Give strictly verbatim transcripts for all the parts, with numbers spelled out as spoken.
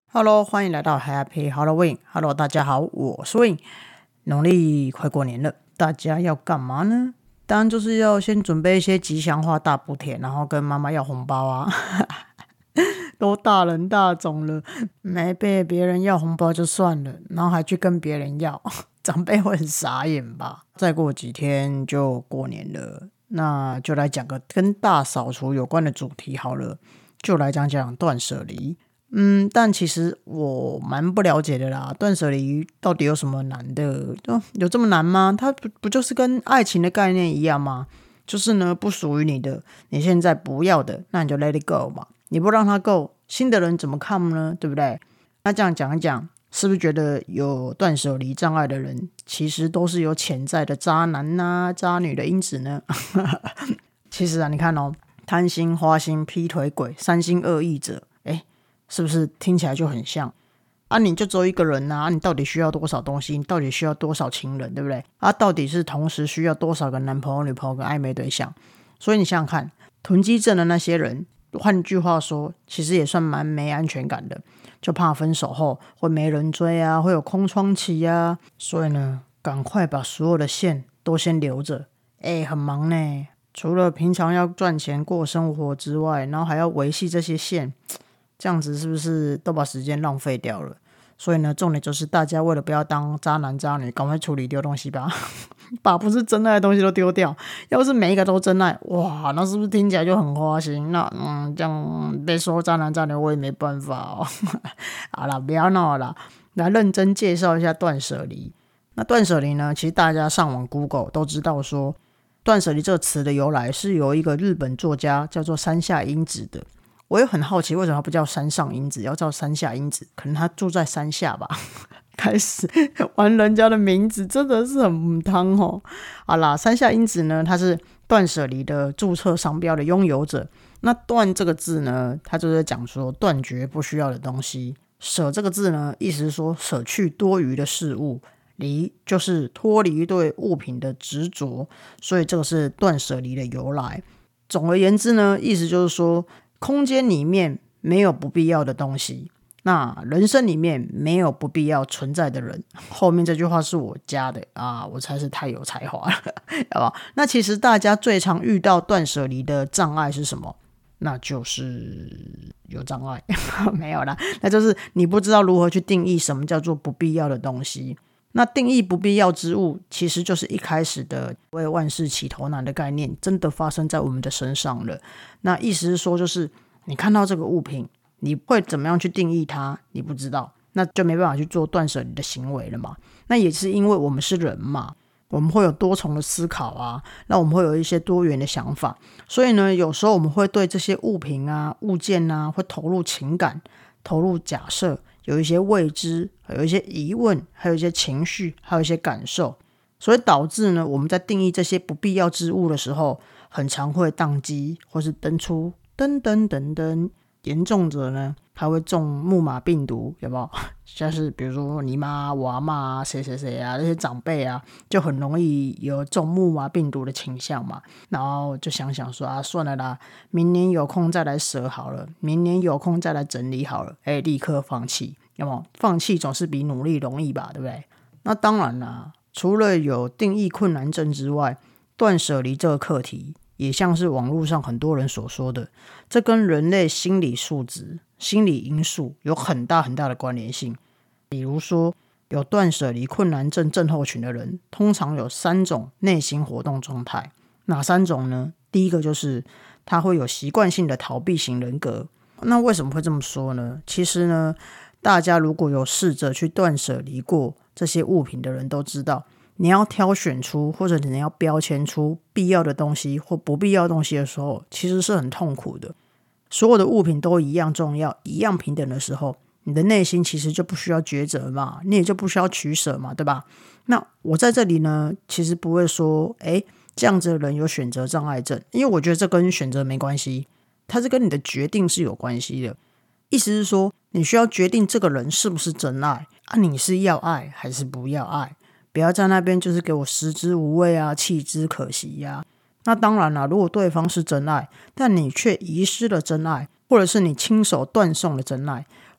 Hello，欢迎来到 Happy Halloween。Hello， 大家好，我是 Win。农历快过年了，大家要干嘛呢？当然就是要先准备一些吉祥话大补贴，然后跟妈妈要红包啊。都大人大种了，没被别人要红包就算了，然后还去跟别人要，长辈会很傻眼吧？再过几天就过年了，那就来讲个跟大扫除有关的主题好了，就来讲讲断舍离。嗯，但其实我蛮不了解的啦，断舍离到底有什么难的？哦，有这么难吗？它不不就是跟爱情的概念一样吗？就是呢，不属于你的，你现在不要的，那你就 let it go 嘛。你不让它 go， 新的人怎么看呢？对不对？那这样讲一讲，是不是觉得有断舍离障碍的人，其实都是有潜在的渣男啊、渣女的因子呢？其实啊，你看哦，贪心、花心、劈腿鬼、三心二意者，哎。是不是听起来就很像啊？你就只有一个人啊，你到底需要多少东西？你到底需要多少情人，对不对？啊，到底是同时需要多少个男朋友、女朋友跟暧昧对象？所以你想想看，囤积症的那些人，换句话说，其实也算蛮没安全感的，就怕分手后会没人追啊，会有空窗期啊。所以呢，赶快把所有的线都先留着。哎，很忙呢，除了平常要赚钱过生活之外，然后还要维系这些线。这样子是不是都把时间浪费掉了？所以呢，重点就是大家为了不要当渣男渣女，赶快处理丢东西吧，把不是真爱的东西都丢掉。要是每一个都真爱，哇，那是不是听起来就很花心？那嗯，这样被说渣男渣女我也没办法哦。好啦，不要闹了，来认真介绍一下断舍离。那断舍离呢，其实大家上网 Google 都知道说，断舍离这个词的由来是由一个日本作家叫做山下英子的。我也很好奇，为什么他不叫山上英子，要叫山下英子？可能他住在山下吧。开始玩人家的名字，真的是很母汤哦。好啦，山下英子呢，他是断舍离的注册商标的拥有者。那断这个字呢，他就在讲说断绝不需要的东西。舍这个字呢，意思是说舍去多余的事物。离就是脱离对物品的执着，所以这个是断舍离的由来。总而言之呢，意思就是说，空间里面没有不必要的东西，那人生里面没有不必要存在的人。后面这句话是我加的啊，我才是太有才华了，好不好？那其实大家最常遇到断舍离的障碍是什么？那就是有障碍，没有啦，那就是你不知道如何去定义什么叫做不必要的东西。那定义不必要之物，其实就是一开始的为万事起头难的概念，真的发生在我们的身上了。那意思是说，就是你看到这个物品，你会怎么样去定义它？你不知道，那就没办法去做断舍离的行为了嘛。那也是因为我们是人嘛，我们会有多重的思考啊，那我们会有一些多元的想法，所以呢，有时候我们会对这些物品啊、物件啊，会投入情感，投入假设。有一些未知，有一些疑问，还有一些情绪，还有一些感受，所以导致呢，我们在定义这些不必要之物的时候，很常会宕机，或是登出噔噔噔噔，严重者呢还会中木马病毒，有没有？像是比如说你妈、我阿嬷啊、谁谁谁啊，这些长辈啊，就很容易有中木马病毒的倾向嘛。然后就想想说啊，算了啦，明年有空再来舍好了，明年有空再来整理好了，哎，立刻放弃。有没有？放弃总是比努力容易吧，对不对？那当然啦，除了有定义困难症之外，断舍离这个课题也像是网络上很多人所说的，这跟人类心理素质、心理因素有很大很大的关联性。比如说，有断舍离困难症症候群的人，通常有三种内心活动状态。哪三种呢？第一个就是他会有习惯性的逃避型人格。那为什么会这么说呢？其实呢，大家如果有试着去断舍离过这些物品的人都知道，你要挑选出或者你要标签出必要的东西或不必要的东西的时候，其实是很痛苦的。所有的物品都一样重要、一样平等的时候，你的内心其实就不需要抉择嘛，你也就不需要取舍嘛，对吧？那我在这里呢，其实不会说，诶，这样子的人有选择障碍症，因为我觉得这跟选择没关系，它是跟你的决定是有关系的。意思是说，你需要决定这个人是不是真爱啊？你是要爱还是不要爱？不要在那边就是给我食之无味啊，弃之可惜呀、啊。那当然啦，如果对方是真爱，但你却遗失了真爱，或者是你亲手断送了真爱，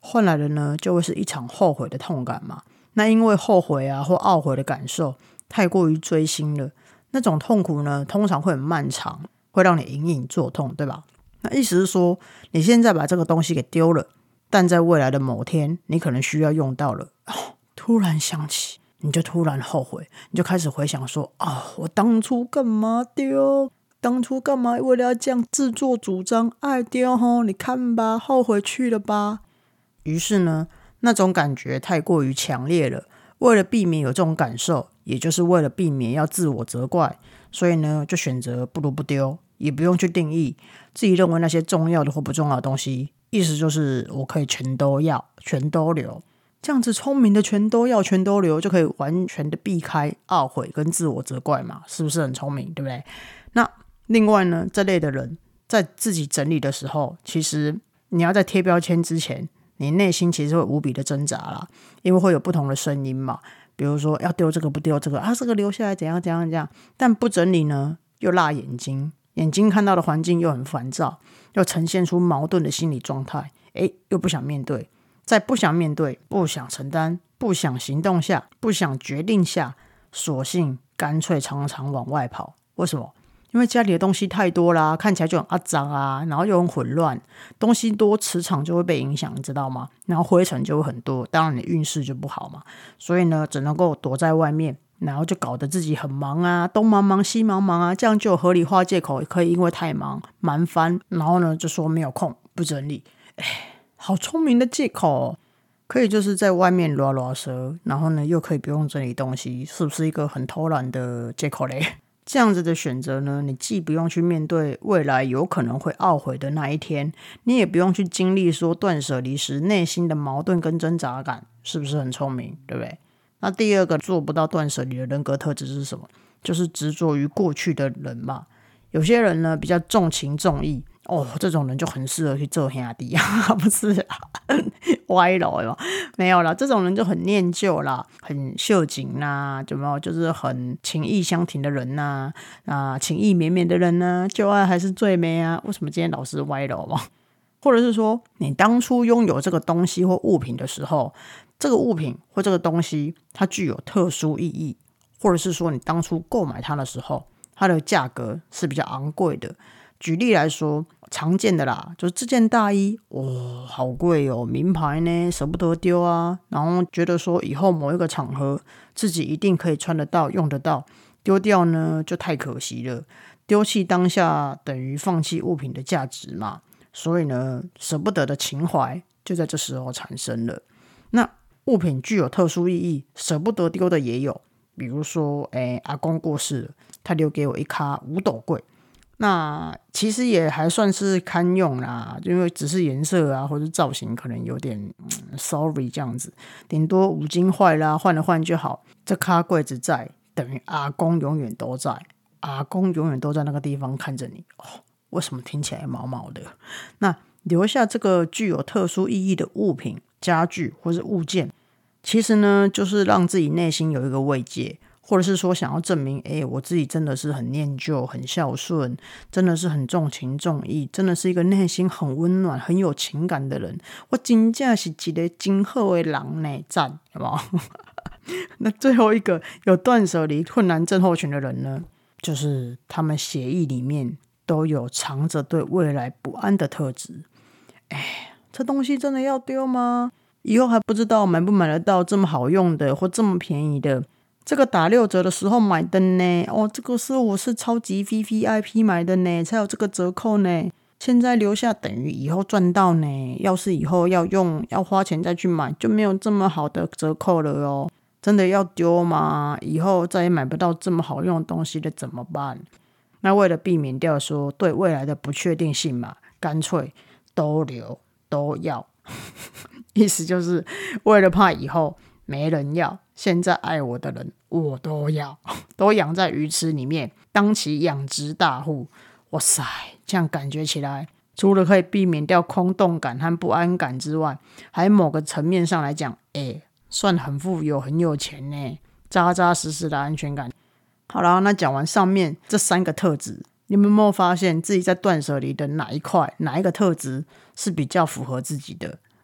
换来的呢就会是一场后悔的痛感嘛。那因为后悔啊或懊悔的感受太过于追星了，那种痛苦呢通常会很漫长，会让你隐隐作痛，对吧？那意思是说，你现在把这个东西给丢了，但在未来的某天你可能需要用到了，哦，突然想起，你就突然后悔，你就开始回想说，哦，我当初干嘛丢？当初干嘛为了要这样自作主张爱丢吼？你看吧，后悔去了吧。于是呢，那种感觉太过于强烈了，为了避免有这种感受，也就是为了避免要自我责怪，所以呢就选择不如不丢，也不用去定义自己认为那些重要的或不重要的东西，意思就是我可以全都要，全都留，这样子聪明的全都要全都留，就可以完全的避开懊悔跟自我责怪嘛，是不是很聪明，对不对？那另外呢，这类的人在自己整理的时候，其实你要在贴标签之前，你内心其实会无比的挣扎啦，因为会有不同的声音嘛，比如说要丢这个不丢这个啊，这个留下来怎样怎样怎样，但不整理呢又辣眼睛，眼睛看到的环境又很烦躁，又呈现出矛盾的心理状态，诶，又不想面对，在不想面对、不想承担、不想行动下、不想决定下，索性干脆常常往外跑。为什么？因为家里的东西太多啦，看起来就很肮脏啊，然后又很混乱，东西多磁场就会被影响，你知道吗？然后灰尘就会很多，当然你运势就不好嘛。所以呢，只能够躲在外面，然后就搞得自己很忙啊，东忙忙西忙忙啊，这样就有合理化借口，可以因为太忙忙翻，然后呢就说没有空不整理。哎，好聪明的借口哦，可以就是在外面拉拉舌，然后呢又可以不用整理东西，是不是一个很偷懒的借口嘞？这样子的选择呢，你既不用去面对未来有可能会懊悔的那一天，你也不用去经历说断舍离时内心的矛盾跟挣扎感，是不是很聪明，对不对？那第二个做不到断舍离的人格特质是什么？就是执着于过去的人嘛。有些人呢比较重情重义，哦，这种人就很适合去做兄弟啊，不是啊，歪楼有没有啦？这种人就很念旧啦，很秀景啦，有没有？就是很情意相挺的人呐、啊，啊，情意绵绵的人呐、啊，旧爱还是最美啊？为什么今天老是歪楼嘛？或者是说，你当初拥有这个东西或物品的时候，这个物品或这个东西它具有特殊意义，或者是说你当初购买它的时候，它的价格是比较昂贵的。举例来说，常见的啦，就是这件大衣，哇、哦，好贵哦，名牌呢，舍不得丢啊。然后觉得说以后某一个场合自己一定可以穿得到、用得到，丢掉呢就太可惜了。丢弃当下等于放弃物品的价值嘛，所以呢，舍不得的情怀就在这时候产生了。那物品具有特殊意义，舍不得丢的也有，比如说，哎，阿公过世了，他留给我一卡五斗柜。那其实也还算是堪用啦，因为只是颜色啊或者造型可能有点、嗯、sorry 这样子，顶多五金坏啦换了换就好。这卡柜子在，等于阿公永远都在，阿公永远都在那个地方看着你。哦，为什么听起来毛毛的？那留下这个具有特殊意义的物品、家具或是物件，其实呢就是让自己内心有一个慰藉，或者是说想要证明，哎，我自己真的是很念旧、很孝顺，真的是很重情重义，真的是一个内心很温暖、很有情感的人。我真的是一个真好的人呢，赞，有没有？那最后一个有断舍离困难症候群的人呢，就是他们血液里面都有藏着对未来不安的特质。哎，这东西真的要丢吗？以后还不知道买不买得到这么好用的或这么便宜的。这个打六折的时候买的呢，哦，这个是我是超级 V V I P 买的呢，才有这个折扣呢。现在留下等于以后赚到呢，要是以后要用要花钱再去买，就没有这么好的折扣了哦。真的要丢吗？以后再也买不到这么好用的东西了怎么办？那为了避免掉说对未来的不确定性嘛，干脆都留都要。意思就是为了怕以后没人要，现在爱我的人我都要，都养在鱼池里面，当起养殖大户。哇塞，这样感觉起来，除了可以避免掉空洞感和不安感之外，还某个层面上来讲，哎，算很富有很有钱呢，扎扎实实的安全感。好啦，那讲完上面这三个特质，你们有没有发现自己在断舍离的哪一块哪一个特质是比较符合自己的？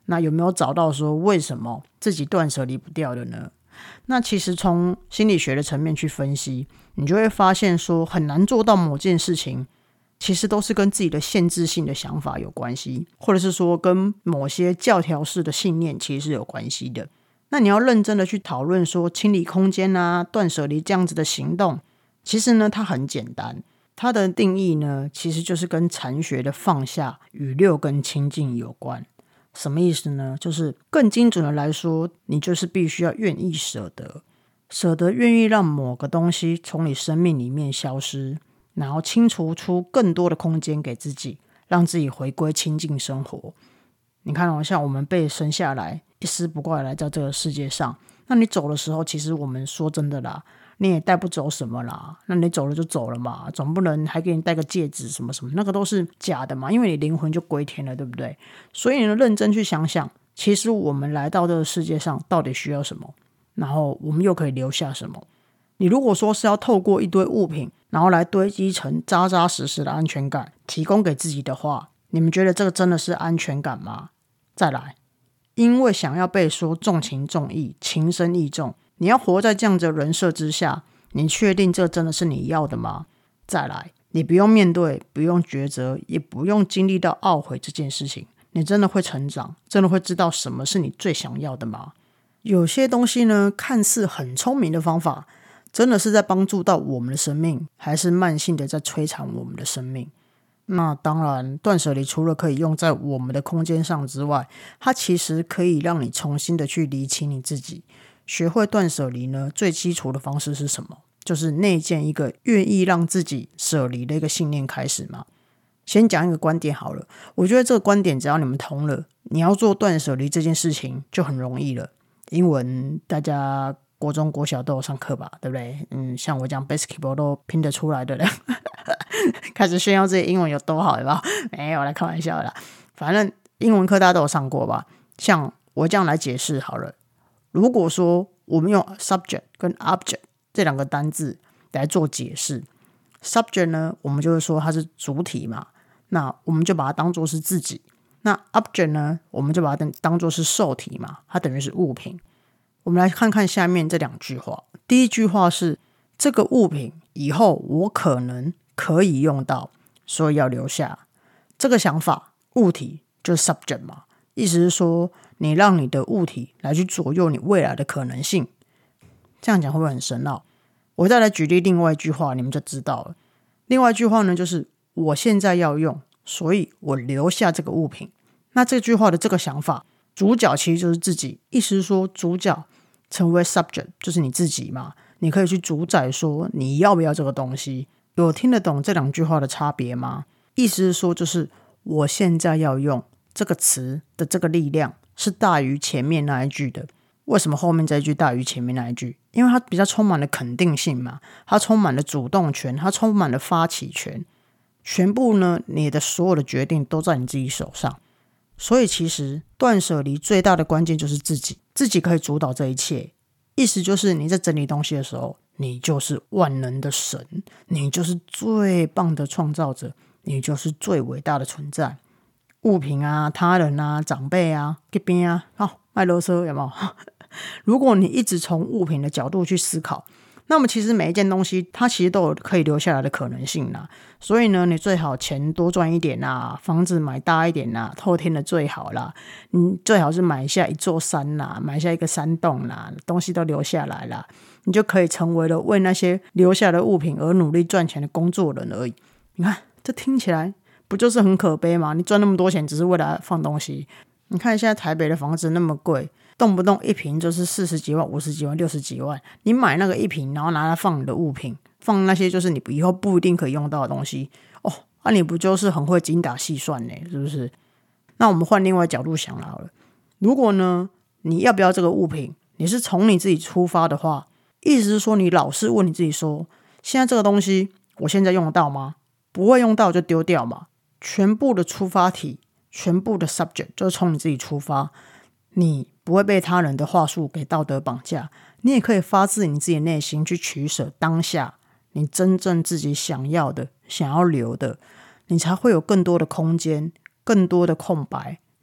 那有没有找到说为什么自己断舍离不掉的呢？那其实从心理学的层面去分析，你就会发现说很难做到某件事情，其实都是跟自己的限制性的想法有关系，或者是说跟某些教条式的信念其实是有关系的。那你要认真的去讨论说清理空间啊、断舍离这样子的行动，其实呢它很简单，它的定义呢其实就是跟禅学的放下与六根清净有关。什么意思呢？就是更精准的来说，你就是必须要愿意舍得，舍得愿意让某个东西从你生命里面消失，然后清除出更多的空间给自己，让自己回归清净生活。你看哦，像我们被生下来一丝不挂来到这个世界上，那你走的时候，其实我们说真的啦，你也带不走什么啦，那你走了就走了嘛，总不能还给你戴个戒指什么什么，那个都是假的嘛，因为你灵魂就归天了，对不对？所以呢，认真去想想，其实我们来到这个世界上到底需要什么，然后我们又可以留下什么。你如果说是要透过一堆物品然后来堆积成扎扎实实的安全感提供给自己的话，你们觉得这个真的是安全感吗？再来，因为想要被说重情重义、情深义重，你要活在这样子的人设之下，你确定这真的是你要的吗？再来，你不用面对，不用抉择，也不用经历到懊悔这件事情，你真的会成长，真的会知道什么是你最想要的吗？有些东西呢，看似很聪明的方法，真的是在帮助到我们的生命，还是慢性的在摧残我们的生命？那当然，断舍离除了可以用在我们的空间上之外，它其实可以让你重新的去理清你自己。学会断舍离呢，最基础的方式是什么？就是内建一个愿意让自己舍离的一个信念开始嘛。先讲一个观点好了，我觉得这个观点只要你们通了，你要做断舍离这件事情就很容易了。英文大家国中国小都有上课吧，对不对？嗯，像我讲 basketball 都拼得出来的人开始炫耀自己英文有多好，有没有？没有，来开玩笑啦。反正英文课大家都有上过吧。像我这样来解释好了，如果说我们用 subject 跟 object 这两个单字来做解释， subject 呢，我们就会说它是主体嘛，那我们就把它当作是自己。那 object 呢，我们就把它当作是受体嘛，它等于是物品。我们来看看下面这两句话。第一句话是，这个物品以后我可能可以用到，所以要留下。这个想法，物体就是 subject 嘛，意思是说你让你的物体来去左右你未来的可能性。这样讲会不会很深奥？我再来举例另外一句话，你们就知道了。另外一句话呢，就是我现在要用，所以我留下这个物品。那这句话的这个想法，主角其实就是自己，意思是说主角成为 subject 就是你自己嘛，你可以去主宰说你要不要这个东西。有听得懂这两句话的差别吗？意思是说，就是我现在要用这个词的这个力量是大于前面那一句的。为什么后面这一句大于前面那一句？因为它比较充满了肯定性嘛，它充满了主动权，它充满了发起权，全部呢，你的所有的决定都在你自己手上。所以其实断舍离最大的关键就是自己，自己可以主导这一切。意思就是你在整理东西的时候，你就是万能的神，你就是最棒的创造者，你就是最伟大的存在。物品啊、他人啊、长辈啊、这边啊，哦，卖垃圾有没有？如果你一直从物品的角度去思考，那么其实每一件东西它其实都有可以留下来的可能性啦。所以呢，你最好钱多赚一点啦，房子买大一点啦，透天的最好啦，你最好是买下一座山啦，买下一个山洞啦，东西都留下来啦，你就可以成为了为那些留下的物品而努力赚钱的工作人而已。你看这听起来不就是很可悲吗？你赚那么多钱只是为了放东西。你看现在台北的房子那么贵，动不动一坪就是四十几万、五十几万、六十几万，你买那个一坪，然后拿来放你的物品，放那些就是你以后不一定可以用到的东西，哦，那、啊、你不就是很会精打细算呢？是不是？那我们换另外角度想好了，如果呢，你要不要这个物品，你是从你自己出发的话，意思是说你老是问你自己说，现在这个东西我现在用得到吗？不会用到就丢掉嘛。全部的出发体，全部的 subject 就是从你自己出发，你不会被他人的话术给道德绑架，你也可以发自你自己的内心去取舍当下你真正自己想要的、想要留的，你才会有更多的空间、更多的空白，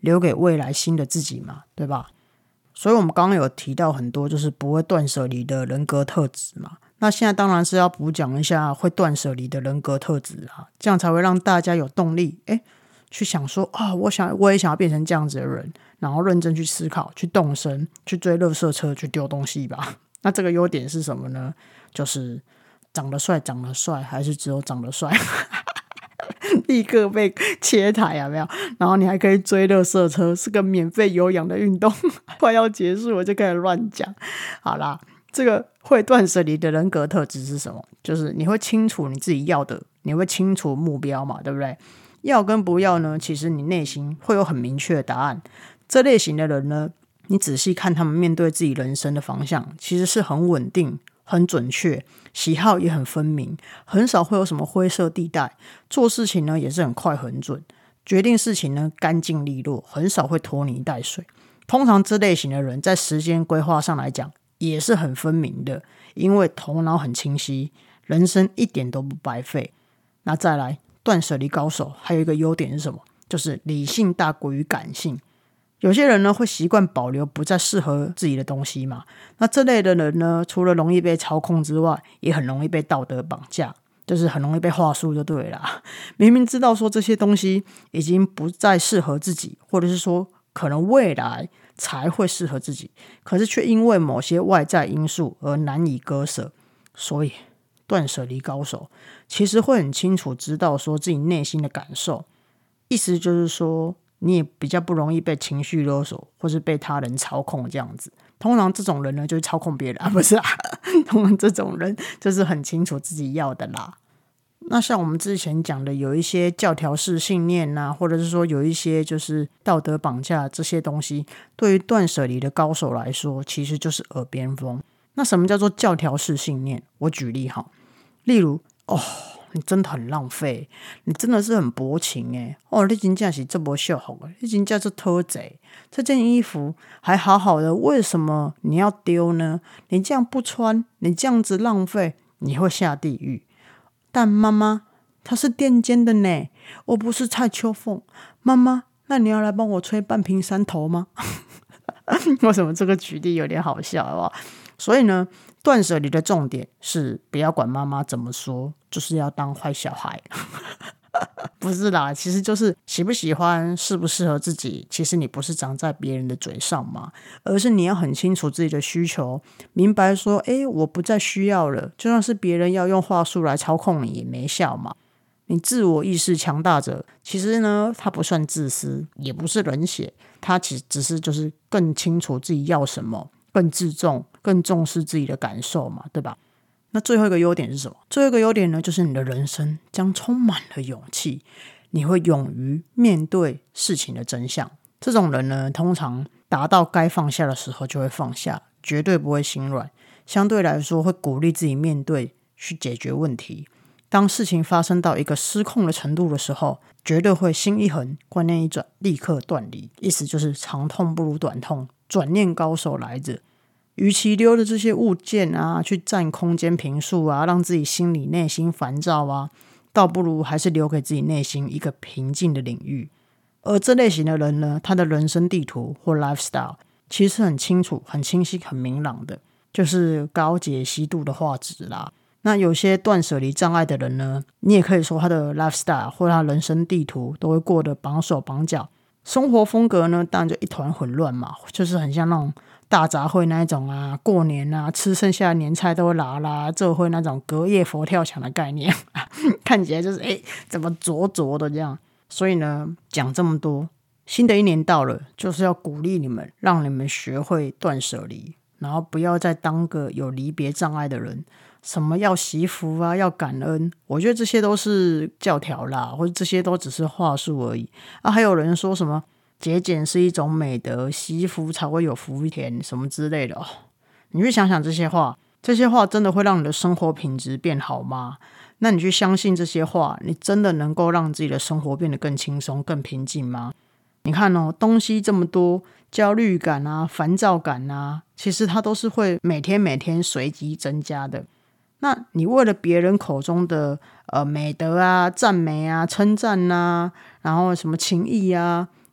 留给未来新的自己嘛，对吧？所以我们刚刚有提到很多就是不会断舍离的人格特质嘛，那现在当然是要补讲一下会断舍离的人格特质啊，这样才会让大家有动力诶去想说啊、哦，我想我也想要变成这样子的人，然后认真去思考，去动身，去追垃圾车，去丢东西吧。那这个优点是什么呢？就是长得帅长得帅还是只有长得帅立刻被切台有没有？然后你还可以追垃圾车，是个免费有氧的运动快要结束我就开始乱讲。好啦，这个会断舍离的人格特质是什么？就是你会清楚你自己要的，你会清楚目标嘛，对不对？要跟不要呢，其实你内心会有很明确的答案。这类型的人呢，你仔细看他们面对自己人生的方向，其实是很稳定很准确，喜好也很分明，很少会有什么灰色地带，做事情呢也是很快很准，决定事情呢干净利落，很少会拖泥带水。通常这类型的人在时间规划上来讲也是很分明的，因为头脑很清晰，人生一点都不白费。那再来，断舍离高手还有一个优点是什么？就是理性大过于感性。有些人呢会习惯保留不再适合自己的东西嘛，那这类的人呢，除了容易被操控之外，也很容易被道德绑架，就是很容易被话术就对了。明明知道说这些东西已经不再适合自己，或者是说可能未来才会适合自己，可是却因为某些外在因素而难以割舍。所以断舍离高手其实会很清楚知道说自己内心的感受，意思就是说你也比较不容易被情绪勒索或是被他人操控这样子。通常这种人呢就会操控别人啊，不是啊通常这种人就是很清楚自己要的啦。那像我们之前讲的有一些教条式信念啊，或者是说有一些就是道德绑架这些东西，对于断舍离的高手来说其实就是耳边风。那什么叫做教条式信念？我举例哈，例如哦你真的很浪费，你真的是很薄情耶，哦你真的是这么秀好，你真的是偷贼，这件衣服还好好的，为什么你要丢呢？你这样不穿，你这样子浪费，你会下地狱。但妈妈她是垫肩的呢，我不是蔡秋凤，妈妈那你要来帮我吹半瓶山头吗为什么这个举例有点好笑好不好？所以呢，断舍离的重点是不要管妈妈怎么说，就是要当坏小孩不是啦，其实就是喜不喜欢适不适合自己，其实你不是长在别人的嘴上嘛，而是你要很清楚自己的需求，明白说诶我不再需要了，就算是别人要用话术来操控你也没效嘛。你自我意识强大者，其实呢他不算自私，也不是冷血，他其实只是就是更清楚自己要什么，更自重，更重视自己的感受嘛，对吧？那最后一个优点是什么？最后一个优点呢，就是你的人生将充满了勇气，你会勇于面对事情的真相。这种人呢，通常达到该放下的时候就会放下，绝对不会心软，相对来说会鼓励自己面对，去解决问题。当事情发生到一个失控的程度的时候，绝对会心一横，观念一转，立刻断离。意思就是长痛不如短痛，转念高手来着。与其丢的这些物件啊，去占空间坪数啊，让自己心里内心烦躁啊，倒不如还是留给自己内心一个平静的领域。而这类型的人呢，他的人生地图或 lifestyle 其实很清楚、很清晰、很明朗的，就是高解析度的画质啦。那有些断舍离障碍的人呢，你也可以说他的 lifestyle 或他人生地图都会过得绑手绑脚，生活风格呢当然就一团混乱嘛，就是很像那种大杂烩那一种啊，过年啊吃剩下的年菜都会拿啦，这会那种隔夜佛跳墙的概念看起来就是哎怎么浊浊的这样。所以呢讲这么多，新的一年到了，就是要鼓励你们，让你们学会断舍离，然后不要再当个有离别障碍的人。什么要惜福啊，要感恩，我觉得这些都是教条啦，或者这些都只是话术而已啊。还有人说什么节俭是一种美德，惜福才会有福田什么之类的、哦、你去想想这些话，这些话真的会让你的生活品质变好吗？那你去相信这些话，你真的能够让自己的生活变得更轻松更平静吗？你看哦，东西这么多，焦虑感啊烦躁感啊，其实它都是会每天每天随机增加的。那你为了别人口中的呃美德啊赞美啊称赞啊，然后什么情谊啊，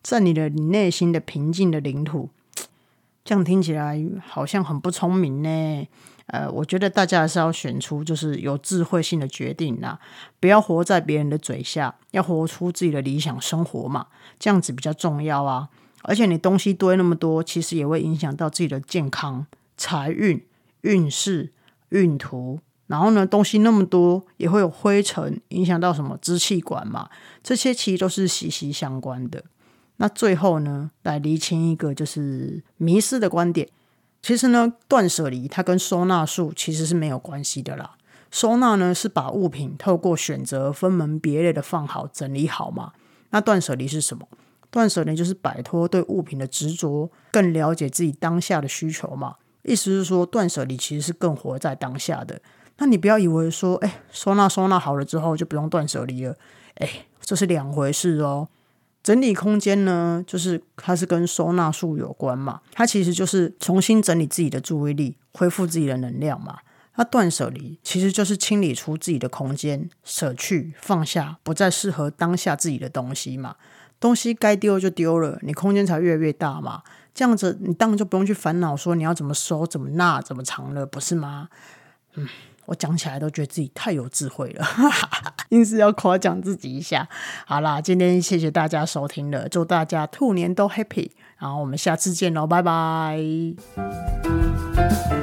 占领了你内心的平静的领土。这样听起来好像很不聪明呢。呃，我觉得大家还是要选出就是有智慧性的决定啦，不要活在别人的嘴下，要活出自己的理想生活嘛，这样子比较重要啊。而且你东西堆那么多，其实也会影响到自己的健康、财运、运势、运途。然后呢，东西那么多也会有灰尘，影响到什么支气管嘛，这些其实都是息息相关的。那最后呢，来厘清一个就是迷思的观点。其实呢，断舍离它跟收纳术其实是没有关系的啦。收纳呢是把物品透过选择分门别类的放好整理好嘛。那断舍离是什么？断舍离就是摆脱对物品的执着，更了解自己当下的需求嘛。意思是说，断舍离其实是更活在当下的。那你不要以为说，哎，收纳收纳好了之后就不用断舍离了，哎，这是两回事哦。整理空间呢，就是它是跟收纳术有关嘛，它其实就是重新整理自己的注意力，恢复自己的能量嘛。那断舍离其实就是清理出自己的空间，舍去放下不再适合当下自己的东西嘛。东西该丢就丢了，你空间才越来越大嘛。这样子你当然就不用去烦恼说你要怎么收、怎么纳、怎么藏了，不是吗？嗯，我讲起来都觉得自己太有智慧了，硬是要夸奖自己一下。好啦，今天谢谢大家收听了，祝大家兔年都 happy， 然后我们下次见咯，拜拜。